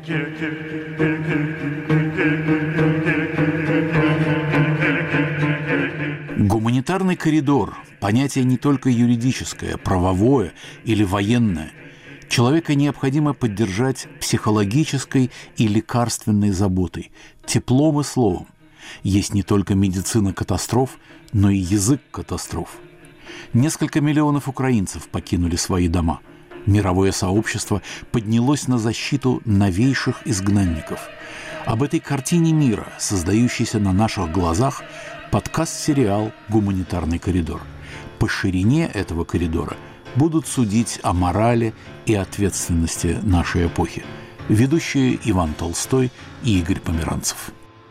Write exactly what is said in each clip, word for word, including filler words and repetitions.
Гуманитарный коридор – понятие не только юридическое, правовое или военное. Человека необходимо поддержать психологической и лекарственной заботой, теплом и словом. Есть не только медицина катастроф, но и язык катастроф. Несколько миллионов украинцев покинули свои дома. Мировое сообщество поднялось на защиту новейших изгнанников. Об этой картине мира, создающейся на наших глазах, подкаст-сериал «Гуманитарный коридор». По ширине этого коридора будут судить о морали и ответственности нашей эпохи. Ведущие Иван Толстой и Игорь Померанцев.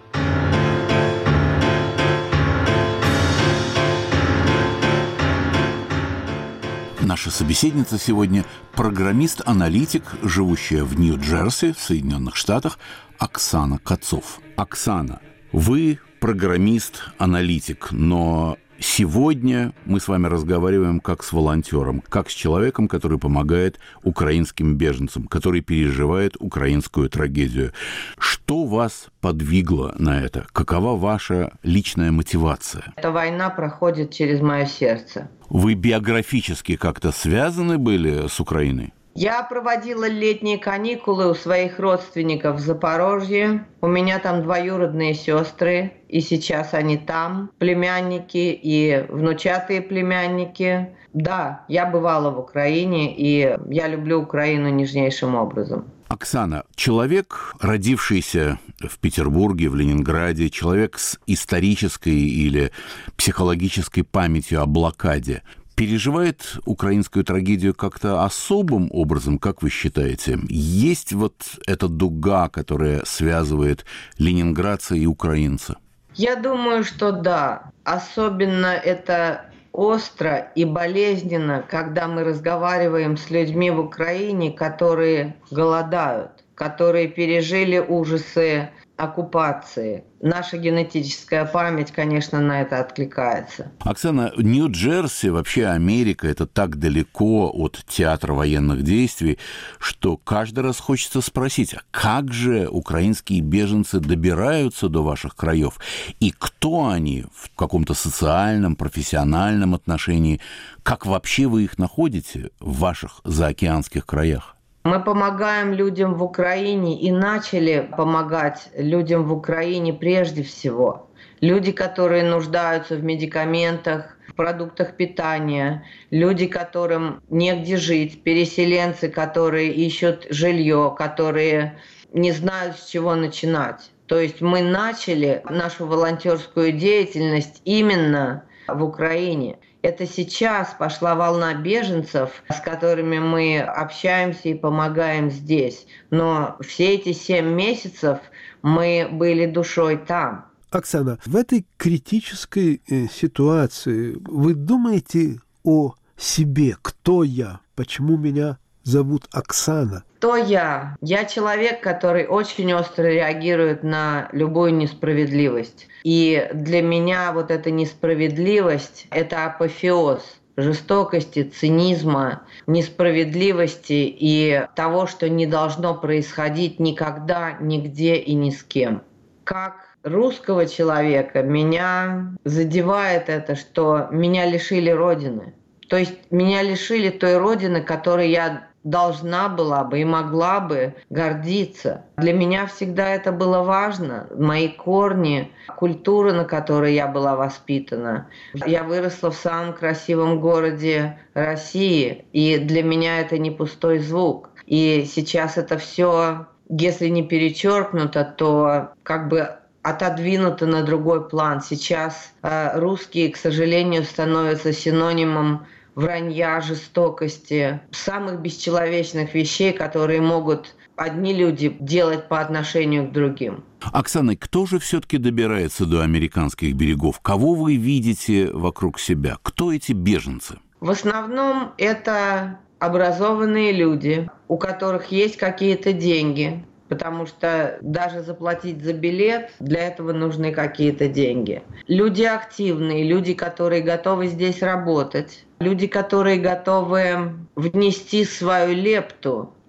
Наша собеседница сегодня – программист-аналитик, живущая в Нью-Джерси, в Соединенных Штатах, Оксана Кацов. Оксана, вы программист-аналитик, но сегодня мы с вами разговариваем как с волонтером, как с человеком, который помогает украинским беженцам, который переживает украинскую трагедию. Что вас подвигло на это? Какова ваша личная мотивация? Эта война проходит через мое сердце. Вы биографически как-то связаны были с Украиной? Я проводила летние каникулы у своих родственников в Запорожье. У меня там двоюродные сестры, и сейчас они там, племянники и внучатые племянники. Да, я бывала в Украине, и я люблю Украину нежнейшим образом. Оксана, человек, родившийся в Петербурге, в Ленинграде, человек с исторической или психологической памятью о блокаде, переживает украинскую трагедию как-то особым образом, как вы считаете? Есть вот эта дуга, которая связывает ленинградца и украинца? Я думаю, что да. Особенно это остро и болезненно, когда мы разговариваем с людьми в Украине, которые голодают, которые пережили ужасы оккупации. Наша генетическая память, конечно, на это откликается. Оксана, Нью-Джерси, вообще Америка, это так далеко от театра военных действий, что каждый раз хочется спросить, а как же украинские беженцы добираются до ваших краев? И кто они в каком-то социальном, профессиональном отношении? Как вообще вы их находите в ваших заокеанских краях? Мы помогаем людям в Украине и начали помогать людям в Украине прежде всего. Люди, которые нуждаются в медикаментах, в продуктах питания, люди, которым негде жить, переселенцы, которые ищут жилье, которые не знают, с чего начинать. То есть мы начали нашу волонтерскую деятельность именно в Украине. Это сейчас пошла волна беженцев, с которыми мы общаемся и помогаем здесь. Но все эти семь месяцев мы были душой там. Оксана, в этой критической ситуации вы думаете о себе? Кто я? Почему меня зовут Оксана? Кто я? Я человек, который очень остро реагирует на любую несправедливость. И для меня вот эта несправедливость – это апофеоз жестокости, цинизма, несправедливости и того, что не должно происходить никогда, нигде и ни с кем. Как русского человека меня задевает это, что меня лишили Родины. То есть меня лишили той Родины, которой я должна была бы и могла бы гордиться. Для меня всегда это было важно. Мои корни, культура, на которой я была воспитана. Я выросла в самом красивом городе России, и для меня это не пустой звук. И сейчас это все, если не перечеркнуто, то как бы отодвинуто на другой план. Сейчас э, русские, к сожалению, становятся синонимом вранья, жестокости, самых бесчеловечных вещей, которые могут одни люди делать по отношению к другим. Оксана, кто же все-таки добирается до американских берегов? Кого вы видите вокруг себя? Кто эти беженцы? В основном это образованные люди, у которых есть какие-то деньги, потому что даже заплатить за билет, для этого нужны какие-то деньги. Люди активные, люди, которые готовы здесь работать, люди, которые готовы внести свою лепту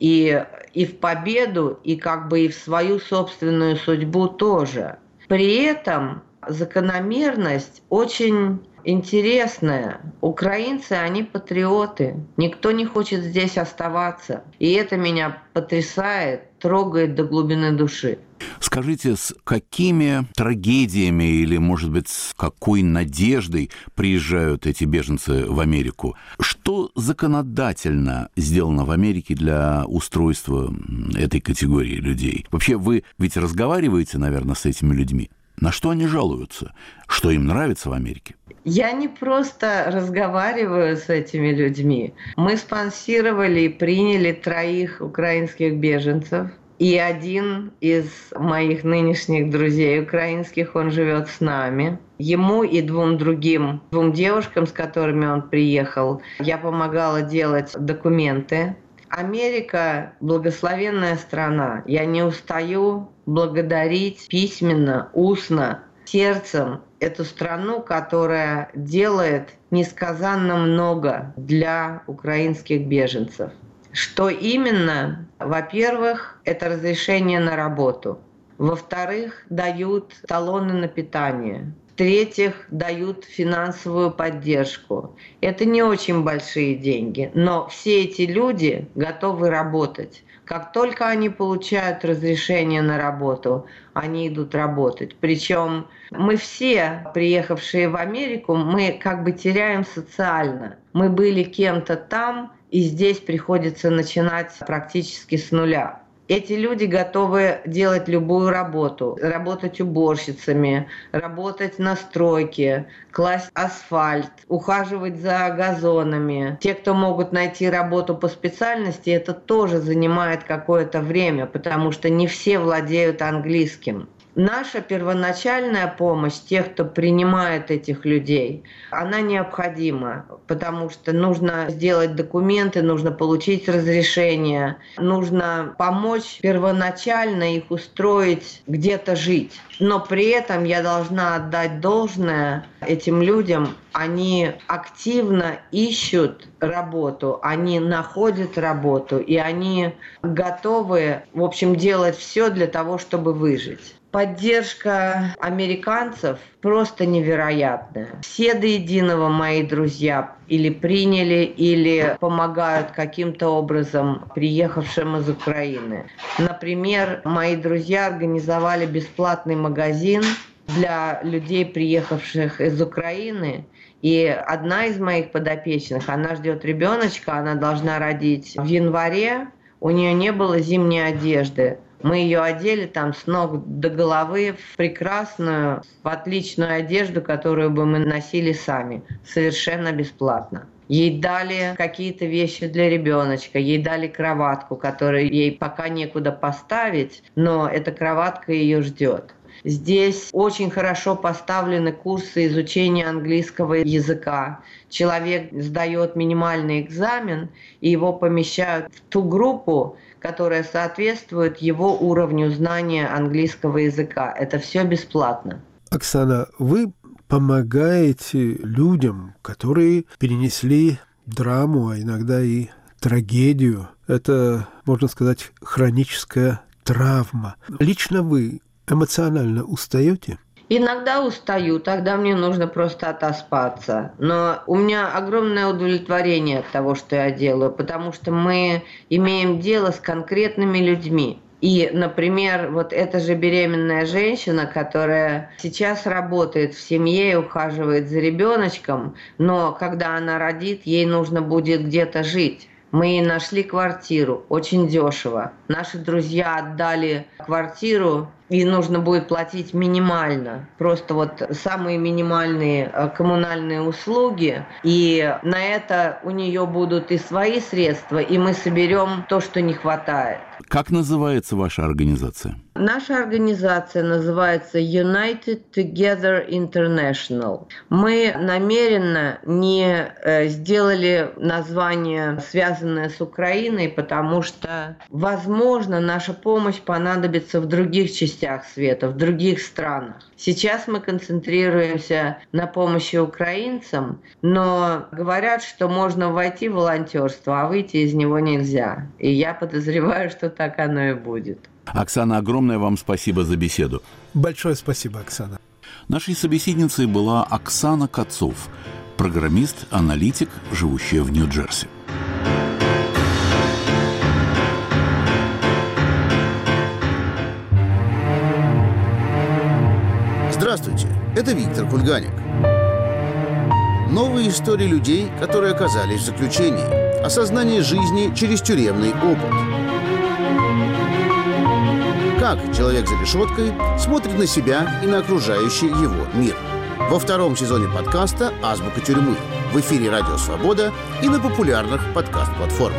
И, и в победу, и как бы и в свою собственную судьбу тоже. При этом закономерность очень интересная. Украинцы, они патриоты. Никто не хочет здесь оставаться. И это меня потрясает, трогает до глубины души. Скажите, с какими трагедиями или, может быть, с какой надеждой приезжают эти беженцы в Америку? Что законодательно сделано в Америке для устройства этой категории людей? Вообще, вы ведь разговариваете, наверное, с этими людьми. На что они жалуются? Что им нравится в Америке? Я не просто разговариваю с этими людьми. Мы спонсировали и приняли троих украинских беженцев. И один из моих нынешних друзей украинских, он живет с нами. Ему и двум другим, двум девушкам, с которыми он приехал, я помогала делать документы. Америка – благословенная страна. Я не устаю благодарить письменно, устно, сердцем эту страну, которая делает несказанно много для украинских беженцев. Что именно? Во-первых, это разрешение на работу. Во-вторых, дают талоны на питание. В-третьих, дают финансовую поддержку. Это не очень большие деньги, но все эти люди готовы работать. Как только они получают разрешение на работу, они идут работать. Причем мы все, приехавшие в Америку, мы как бы теряем социально. Мы были кем-то там, и здесь приходится начинать практически с нуля. Эти люди готовы делать любую работу, работать уборщицами, работать на стройке, класть асфальт, ухаживать за газонами. Те, кто могут найти работу по специальности, это тоже занимает какое-то время, потому что не все владеют английским. Наша первоначальная помощь тех, кто принимает этих людей, она необходима, потому что нужно сделать документы, нужно получить разрешение, нужно помочь первоначально их устроить, где-то жить. Но при этом я должна отдать должное этим людям. Они активно ищут работу, они находят работу, и они готовы, в общем, делать все для того, чтобы выжить. Поддержка американцев просто невероятная. Все до единого мои друзья или приняли, или помогают каким-то образом приехавшим из Украины. Например, мои друзья организовали бесплатный магазин для людей, приехавших из Украины. И одна из моих подопечных, она ждет ребеночка, она должна родить в январе, у нее не было зимней одежды. Мы ее одели там с ног до головы в прекрасную, в отличную одежду, которую бы мы носили сами, совершенно бесплатно. Ей дали какие-то вещи для ребеночка, ей дали кроватку, которую ей пока некуда поставить, но эта кроватка ее ждет. Здесь очень хорошо поставлены курсы изучения английского языка. Человек сдает минимальный экзамен, и его помещают в ту группу, которая соответствует его уровню знания английского языка. Это все бесплатно. Оксана, вы помогаете людям, которые перенесли драму, а иногда и трагедию. Это, можно сказать, хроническая травма. Лично вы эмоционально устаете? Иногда устаю, тогда мне нужно просто отоспаться. Но у меня огромное удовлетворение от того, что я делаю, потому что мы имеем дело с конкретными людьми. И, например, вот эта же беременная женщина, которая сейчас работает в семье и ухаживает за ребеночком, но когда она родит, ей нужно будет где-то жить. Мы ей нашли квартиру, очень дешево. Наши друзья отдали квартиру, и нужно будет платить минимально. Просто вот самые минимальные коммунальные услуги. И на это у нее будут и свои средства, и мы соберем то, что не хватает. Как называется ваша организация? Наша организация называется United Together International. Мы намеренно не сделали название, связанное с Украиной, потому что, возможно, наша помощь понадобится в других частях частях света, в других странах. Сейчас мы концентрируемся на помощи украинцам, но говорят, что можно войти в волонтерство, а выйти из него нельзя. И я подозреваю, что так оно и будет. Оксана, огромное вам спасибо за беседу. Большое спасибо, Оксана. Нашей собеседницей была Оксана Кацов, программист, аналитик, живущая в Нью-Джерси. Здравствуйте, это Виктор Кульганик. Новые истории людей, которые оказались в заключении. Осознание жизни через тюремный опыт. Как человек за решеткой смотрит на себя и на окружающий его мир. Во втором сезоне подкаста «Азбука тюрьмы». В эфире «Радио Свобода» и на популярных подкаст-платформах.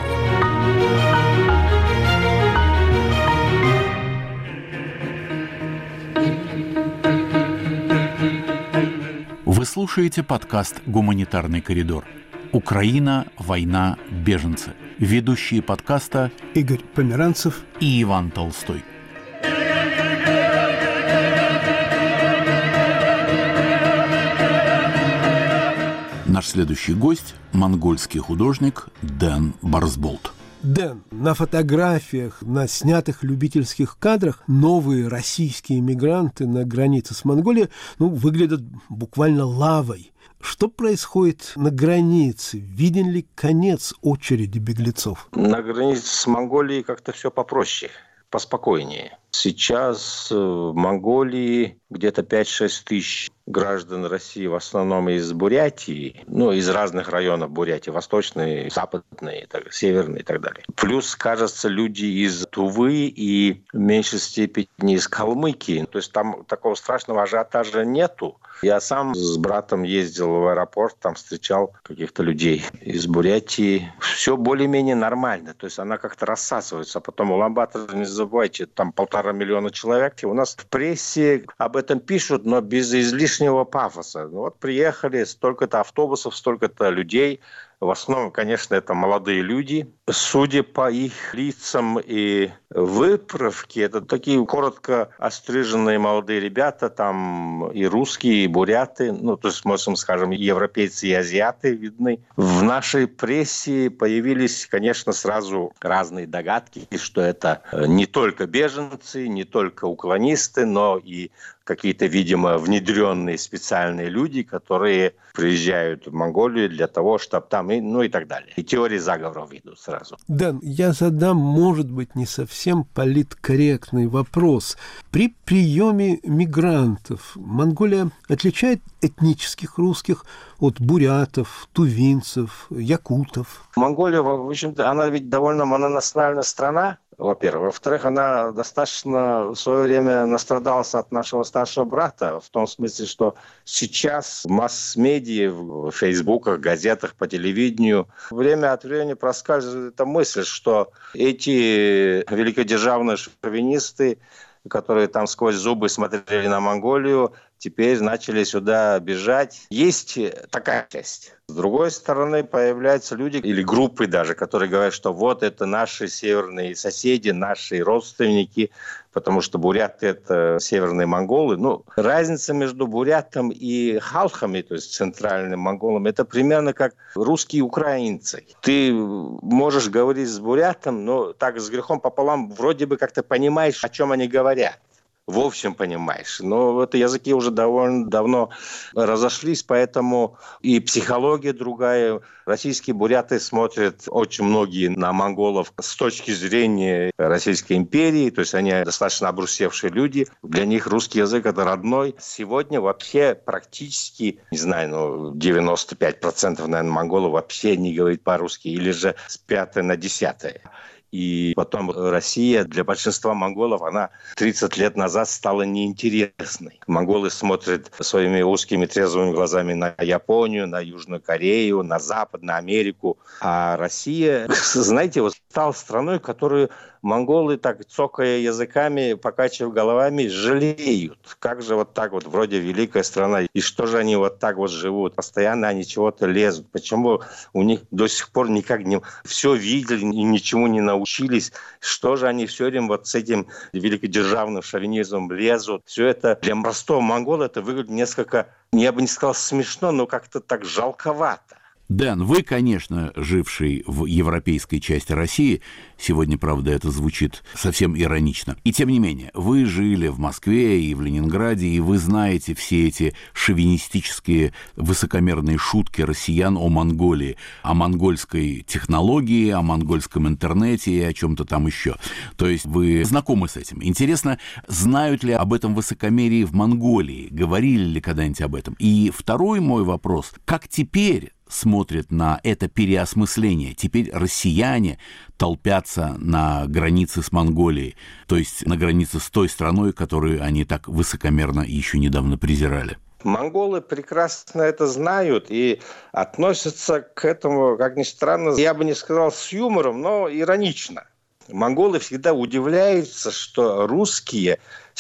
Вы слушаете подкаст «Гуманитарный коридор». Украина, война, беженцы. Ведущие подкаста Игорь Померанцев и Иван Толстой. Наш следующий гость – монгольский художник Дэн Барсболт. Дэн, на фотографиях, на снятых любительских кадрах новые российские мигранты на границе с Монголией ну, выглядят буквально лавой. Что происходит на границе? Виден ли конец очереди беглецов? На границе с Монголией как-то все попроще, поспокойнее. Сейчас в Монголии где-то пять-шесть тысяч граждан России, в основном из Бурятии, ну, из разных районов Бурятии, восточные, западные, так, северные и так далее. Плюс, кажется, люди из Тувы и в меньшей степени из Калмыкии. То есть там такого страшного ажиотажа нету. Я сам с братом ездил в аэропорт, там встречал каких-то людей из Бурятии. Все более-менее нормально. То есть она как-то рассасывается. А потом Улан-Батор, не забывайте, там полтора миллиона человек. И у нас в прессе об этом пишут, но без излишнего пафоса. Ну, вот приехали, столько-то автобусов, столько-то людей. В основном, конечно, это молодые люди. Судя по их лицам и выправке, это такие коротко остриженные молодые ребята, там и русские, и буряты, ну, то есть, можем, скажем, европейцы и азиаты видны. В нашей прессе появились, конечно, сразу разные догадки, что это не только беженцы, не только уклонисты, но и какие-то, видимо, внедренные специальные люди, которые приезжают в Монголию для того, чтобы там, и, ну и так далее. И теории заговоров идут сразу. Дэн, я задам, может быть, не совсем политкорректный вопрос. При приеме мигрантов Монголия отличает этнических русских от бурятов, тувинцев, якутов? Монголия, в общем-то, она ведь довольно мононациональная страна, во-первых. Во-вторых, она достаточно в свое время настрадалась от нашего старшего брата, в том смысле, что сейчас в масс-медиа, в фейсбуках, газетах, по телевидению время от времени проскальзывает эта мысль, что эти великодержавные шовинисты, которые там сквозь зубы смотрели на Монголию, теперь начали сюда бежать. Есть такая часть. С другой стороны, появляются люди или группы даже, которые говорят, что вот это наши северные соседи, наши родственники, потому что буряты – это северные монголы. Ну, разница между бурятом и халхами, то есть центральным монголом, это примерно как русские украинцы. Ты можешь говорить с бурятом, но так с грехом пополам вроде бы как-то понимаешь, о чем они говорят. В общем, понимаешь. Но это языки уже довольно давно разошлись, поэтому и психология другая. Российские буряты смотрят очень многие на монголов с точки зрения Российской империи, то есть они достаточно обрусевшие люди. Для них русский язык – это родной. Сегодня вообще практически, не знаю, ну, девяносто пять процентов, наверное, монголов вообще не говорит по-русски, или же с пятой на десятое. И потом Россия для большинства монголов, она тридцать лет назад стала неинтересной. Монголы смотрят своими узкими трезвыми глазами на Японию, на Южную Корею, на Запад, на Америку. А Россия, знаете, вот стала страной, которую монголы, так цокая языками, покачивая головами, жалеют. Как же вот так вот, вроде великая страна, и что же они вот так вот живут? Постоянно они чего-то лезут. Почему у них до сих пор никак не... Все видели и ничему не научились? Что же они все время вот с этим великодержавным шовинизмом лезут? Все это для простого монгола это выглядит несколько, я бы не сказал смешно, но как-то так жалковато. Дэн, вы, конечно, живший в европейской части России, сегодня, правда, это звучит совсем иронично, и тем не менее, вы жили в Москве и в Ленинграде, и вы знаете все эти шовинистические высокомерные шутки россиян о Монголии, о монгольской технологии, о монгольском интернете и о чем-то там еще. То есть вы знакомы с этим. Интересно, знают ли об этом высокомерии в Монголии, говорили ли когда-нибудь об этом? И второй мой вопрос, как теперь смотрят на это переосмысление? Теперь россияне толпятся на границе с Монголией, то есть на границе с той страной, которую они так высокомерно еще недавно презирали. Монголы прекрасно это знают и относятся к этому, как ни странно, я бы не сказал с юмором, но иронично. Монголы всегда удивляются, что русские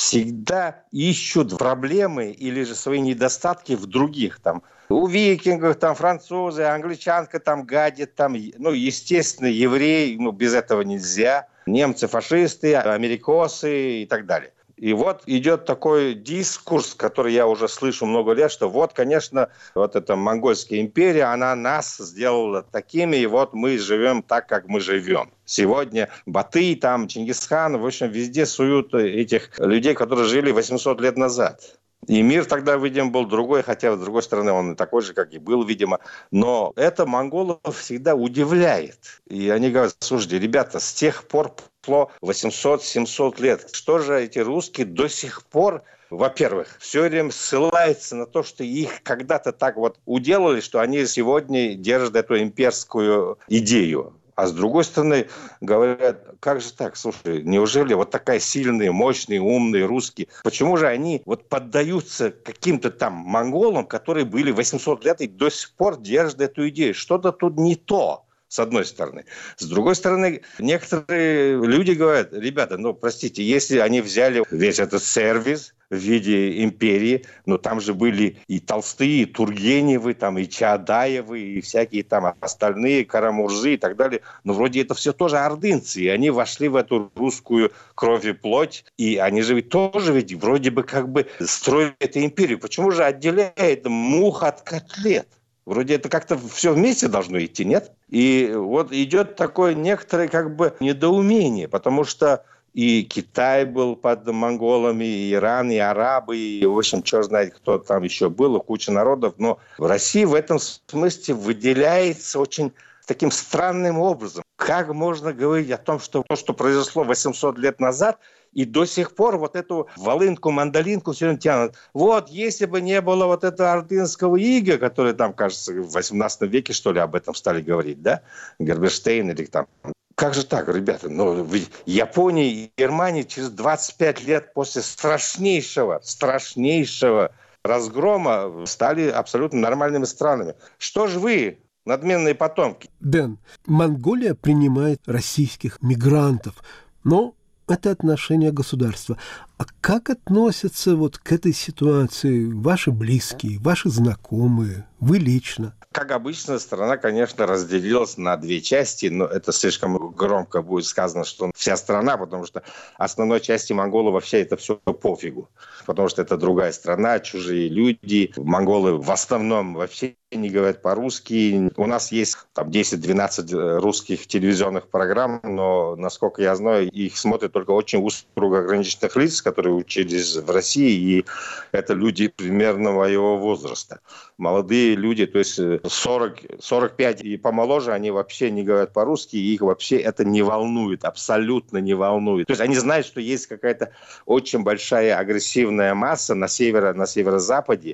всегда ищут проблемы или же свои недостатки в других. Там, у викингов, там, французы, англичанка там гадит, там, ну, естественно, евреи, ну, без этого нельзя. Немцы, фашисты, америкосы и так далее. И вот идет такой дискурс, который я уже слышу много лет, что вот, конечно, вот эта монгольская империя, она нас сделала такими, и вот мы живем так, как мы живем. Сегодня Батый, там, Чингисхан, в общем, везде суют этих людей, которые жили восемьсот лет назад. И мир тогда, видимо, был другой, хотя, с другой стороны, он такой же, как и был, видимо. Но это монголов всегда удивляет. И они говорят, слушайте, ребята, с тех пор прошло восемьсот-семьсот лет. Что же эти русские до сих пор, во-первых, все время ссылаются на то, что их когда-то так вот уделали, что они сегодня держат эту имперскую идею. А с другой стороны, говорят, как же так, слушай, неужели вот такая сильные, мощные, умные русские, почему же они вот поддаются каким-то там монголам, которые были восемьсот лет и до сих пор держат эту идею? Что-то тут не то, с одной стороны. С другой стороны, некоторые люди говорят, ребята, ну, простите, если они взяли весь этот сервис в виде империи, но там же были и Толстые, и Тургеневы, там, и Чаадаевы, и всякие там остальные, Карамурзы и так далее. Но вроде это все тоже ордынцы, и они вошли в эту русскую кровь и плоть, и они же ведь тоже ведь вроде бы как бы строят эту империю. Почему же отделяет мух от котлет? Вроде это как-то все вместе должно идти, нет? И вот идет такое некоторое как бы недоумение, потому что и Китай был под монголами, и Иран, и арабы, и, в общем, черт знает, кто там еще был, куча народов. Но в России в этом смысле выделяется очень таким странным образом. Как можно говорить о том, что то, что произошло восемьсот лет назад, и до сих пор вот эту волынку, мандолинку все время тянут. Вот, если бы не было вот этого ордынского ига, который там, кажется, в восемнадцатом веке, что ли, об этом стали говорить, да? Герберштейн или там... Как же так, ребята? Ну, Япония и Германия через двадцать пять лет после страшнейшего, страшнейшего разгрома стали абсолютно нормальными странами. Что же вы, надменные потомки? Дэн, Монголия принимает российских мигрантов, но это отношение государства. А как относятся вот к этой ситуации ваши близкие, ваши знакомые, вы лично? Как обычно, страна, конечно, разделилась на две части, но это слишком громко будет сказано, что вся страна, потому что основной части монголов вообще это все пофигу, потому что это другая страна, чужие люди. Монголы в основном вообще не говорят по-русски. У нас есть там десять-двенадцать русских телевизионных программ, но, насколько я знаю, их смотрят только очень узкий круг ограниченных лиц, которые учились в России, и это люди примерно моего возраста. Молодые люди, то есть сорок, сорок пять и помоложе, они вообще не говорят по-русски, и их вообще это не волнует, абсолютно не волнует. То есть они знают, что есть какая-то очень большая агрессивная масса на северо, на северо-западе,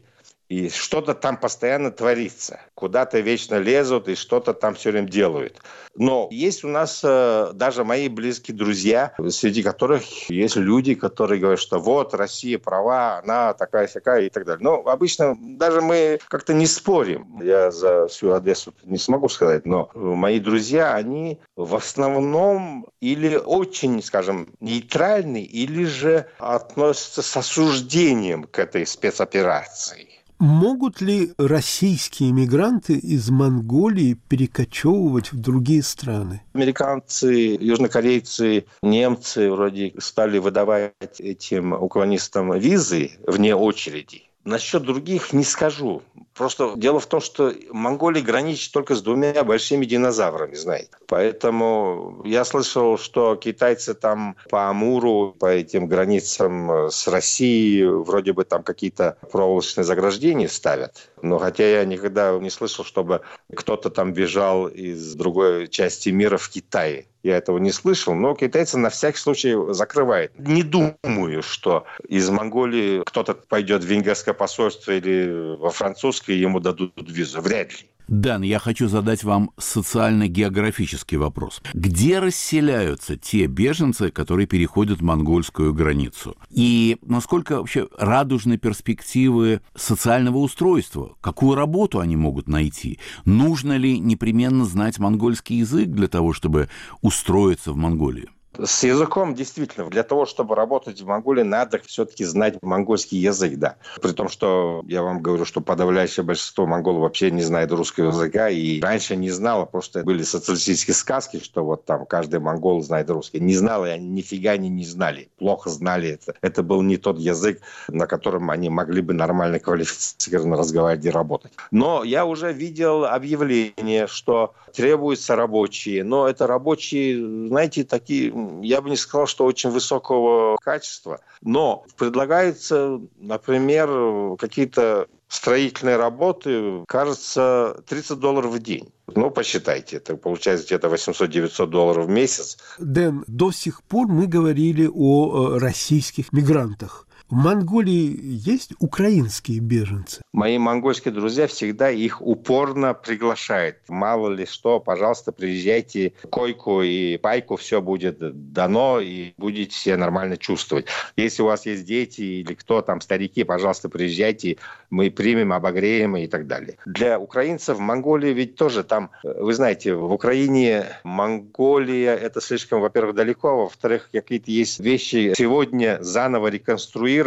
И что-то там постоянно творится. Куда-то вечно лезут и что-то там все время делают. Но есть у нас э, даже мои близкие друзья, среди которых есть люди, которые говорят, что вот, Россия права, она такая-сякая и так далее. Но обычно даже мы как-то не спорим. Я за всю Одессу не смогу сказать, но мои друзья, они в основном или очень, скажем, нейтральны, или же относятся с осуждением к этой спецоперации. Могут ли российские мигранты из Монголии перекочевывать в другие страны? Американцы, южнокорейцы, немцы вроде стали выдавать этим уклонистам визы вне очереди. Насчет других не скажу. Просто дело в том, что Монголия граничит только с двумя большими динозаврами, знаете. Поэтому я слышал, что китайцы там по Амуру, по этим границам с Россией, вроде бы там какие-то проволочные заграждения ставят. Но хотя я никогда не слышал, чтобы кто-то там бежал из другой части мира в Китай. Я этого не слышал, но китайцы на всякий случай закрывают. Не думаю, что из Монголии кто-то пойдет в венгерское посольство или во французское, и ему дадут визу. Вряд ли. Дан, я хочу задать вам социально-географический вопрос. Где расселяются те беженцы, которые переходят монгольскую границу? И насколько вообще радужны перспективы социального устройства? Какую работу они могут найти? Нужно ли непременно знать монгольский язык для того, чтобы устроиться в Монголии? С языком действительно. Для того, чтобы работать в Монголии, надо все-таки знать монгольский язык, да. При том, что я вам говорю, что подавляющее большинство монголов вообще не знает русского языка. И раньше не знало, просто были социалистические сказки, что вот там каждый монгол знает русский. Не знал, и они нифига не, не знали. Плохо знали это. Это был не тот язык, на котором они могли бы нормально квалифицированно разговаривать и работать. Но я уже видел объявление, что требуются рабочие. Но это рабочие, знаете, такие... Я бы не сказал, что очень высокого качества, но предлагается, например, какие-то строительные работы, кажется, тридцать долларов в день. Ну, посчитайте, это получается где-то восемьсот-девятьсот долларов в месяц. Дэн, до сих пор мы говорили о российских мигрантах. В Монголии есть украинские беженцы? Мои монгольские друзья всегда их упорно приглашают. Мало ли что, пожалуйста, приезжайте, койку и пайку, все будет дано, и будете себя нормально чувствовать. Если у вас есть дети или кто там, старики, пожалуйста, приезжайте, мы примем, обогреем и так далее. Для украинцев в Монголии ведь тоже там, вы знаете, в Украине Монголия, это слишком, во-первых, далеко, во-вторых, какие-то есть вещи сегодня заново реконструированы,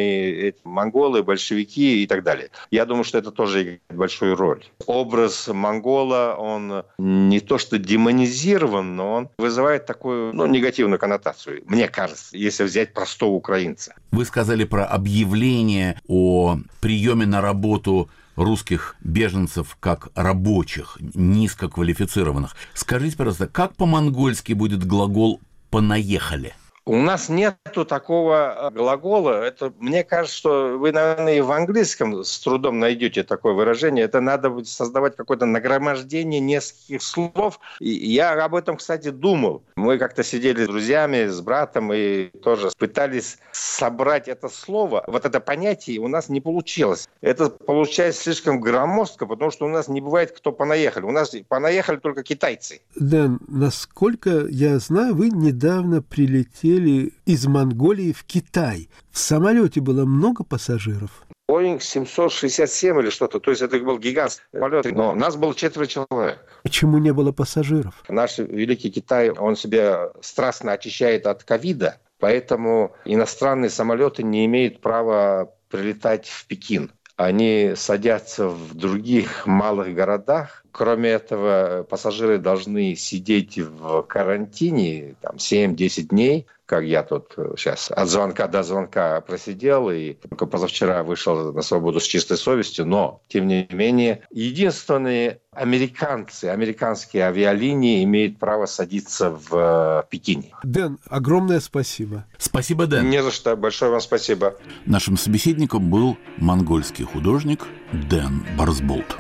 монголы, большевики и так далее. Я думаю, что это тоже играет большую роль. Образ монгола, он не то что демонизирован, но он вызывает такую, ну, негативную коннотацию, мне кажется, если взять простого украинца. Вы сказали про объявление о приеме на работу русских беженцев как рабочих, низкоквалифицированных. Скажите, пожалуйста, как по-монгольски будет глагол «понаехали»? У нас нету такого глагола. Это, мне кажется, что вы, наверное, и в английском с трудом найдете такое выражение. Это надо будет создавать какое-то нагромождение нескольких слов. И я об этом, кстати, думал. Мы как-то сидели с друзьями, с братом и тоже пытались собрать это слово. Вот это понятие у нас не получилось. Это получается слишком громоздко, потому что у нас не бывает, кто понаехали. У нас понаехали только китайцы. Дэн, насколько я знаю, вы недавно прилетели из Монголии в Китай. В самолете было много пассажиров? Боинг семьсот шестьдесят семь или что-то. То есть это был гигантский полет. Но нас было четверо человек. Почему не было пассажиров? Наш великий Китай, он себя страстно очищает от ковида, поэтому иностранные самолеты не имеют права прилетать в Пекин. Они садятся в других малых городах. Кроме этого, пассажиры должны сидеть в карантине там, семь-десять дней, как я тут сейчас от звонка до звонка просидел и только позавчера вышел на свободу с чистой совестью. Но, тем не менее, единственные американцы, американские авиалинии имеют право садиться в Пекине. Дэн, огромное спасибо. Спасибо, Дэн. Не за что. Большое вам спасибо. Нашим собеседником был монгольский художник Дэн Барсболт.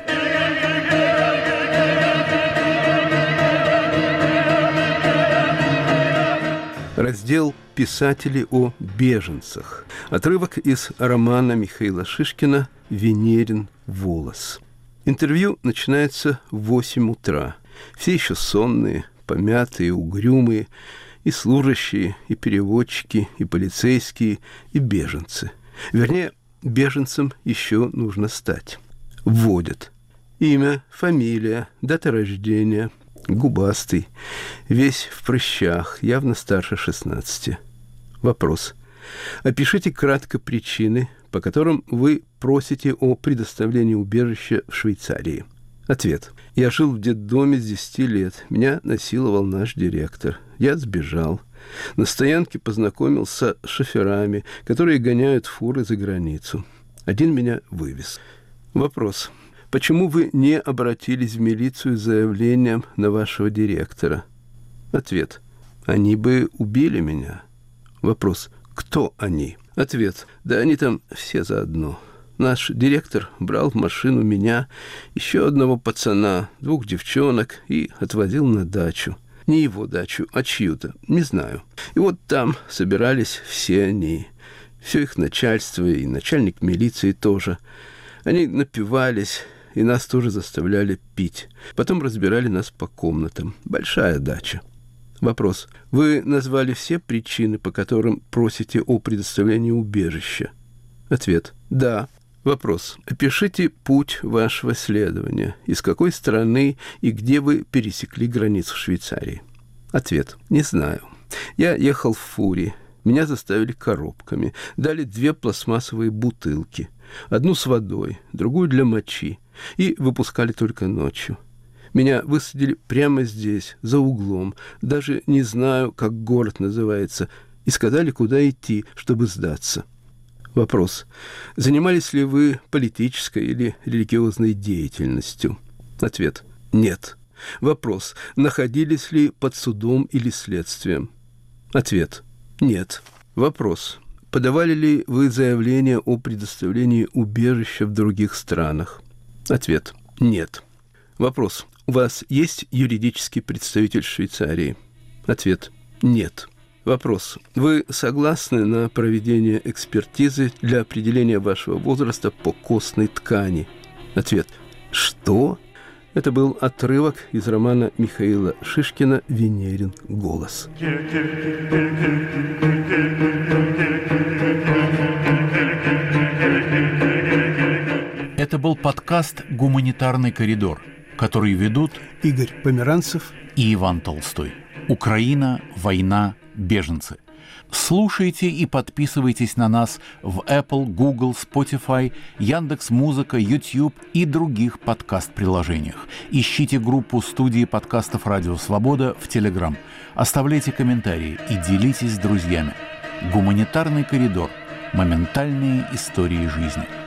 Раздел «Писатели о беженцах». Отрывок из романа Михаила Шишкина «Венерин волос». Интервью начинается в восемь утра. Все еще сонные, помятые, угрюмые, и служащие, и переводчики, и полицейские, и беженцы. Вернее, беженцам еще нужно стать. Вводят. Имя, фамилия, дата рождения, губастый, весь в прыщах, явно старше шестнадцати. Вопрос. Опишите кратко причины, по которым вы просите о предоставлении убежища в Швейцарии. Ответ. Я жил в детдоме с десяти лет. Меня насиловал наш директор. Я сбежал. На стоянке познакомился с шоферами, которые гоняют фуры за границу. Один меня вывез. Вопрос. Почему вы не обратились в милицию с заявлением на вашего директора? Ответ. Они бы убили меня. Вопрос. Кто они? Ответ. Да они там все заодно. Наш директор брал в машину меня, еще одного пацана, двух девчонок и отвозил на дачу. Не его дачу, а чью-то, не знаю. И вот там собирались все они. Все их начальство и начальник милиции тоже. Они напивались, и нас тоже заставляли пить. Потом разбирали нас по комнатам. Большая дача. Вопрос. Вы назвали все причины, по которым просите о предоставлении убежища? Ответ. Да. Вопрос. Опишите путь вашего следования. Из какой страны и где вы пересекли границу Швейцарии? Ответ. Не знаю. Я ехал в фуре. Меня заставили коробками. Дали две пластмассовые бутылки. Одну с водой, другую для мочи. И выпускали только ночью. Меня высадили прямо здесь, за углом. Даже не знаю, как город называется. И сказали, куда идти, чтобы сдаться. Вопрос. Занимались ли вы политической или религиозной деятельностью? Ответ. Нет. Вопрос. Находились ли под судом или следствием? Ответ. Нет. Вопрос. Подавали ли вы заявление о предоставлении убежища в других странах? Ответ. Нет. Вопрос. У вас есть юридический представитель Швейцарии? Ответ. Нет. Вопрос. Вы согласны на проведение экспертизы для определения вашего возраста по костной ткани? Ответ. Что? Это был отрывок из романа Михаила Шишкина «Венерин голос». Это был подкаст «Гуманитарный коридор», который ведут Игорь Померанцев и Иван Толстой. Украина, война, беженцы. Слушайте и подписывайтесь на нас в Apple, Google, Spotify, Яндекс.Музыка, YouTube и других подкаст-приложениях. Ищите группу студии подкастов «Радио Свобода» в Telegram. Оставляйте комментарии и делитесь с друзьями. Гуманитарный коридор. Моментальные истории жизни.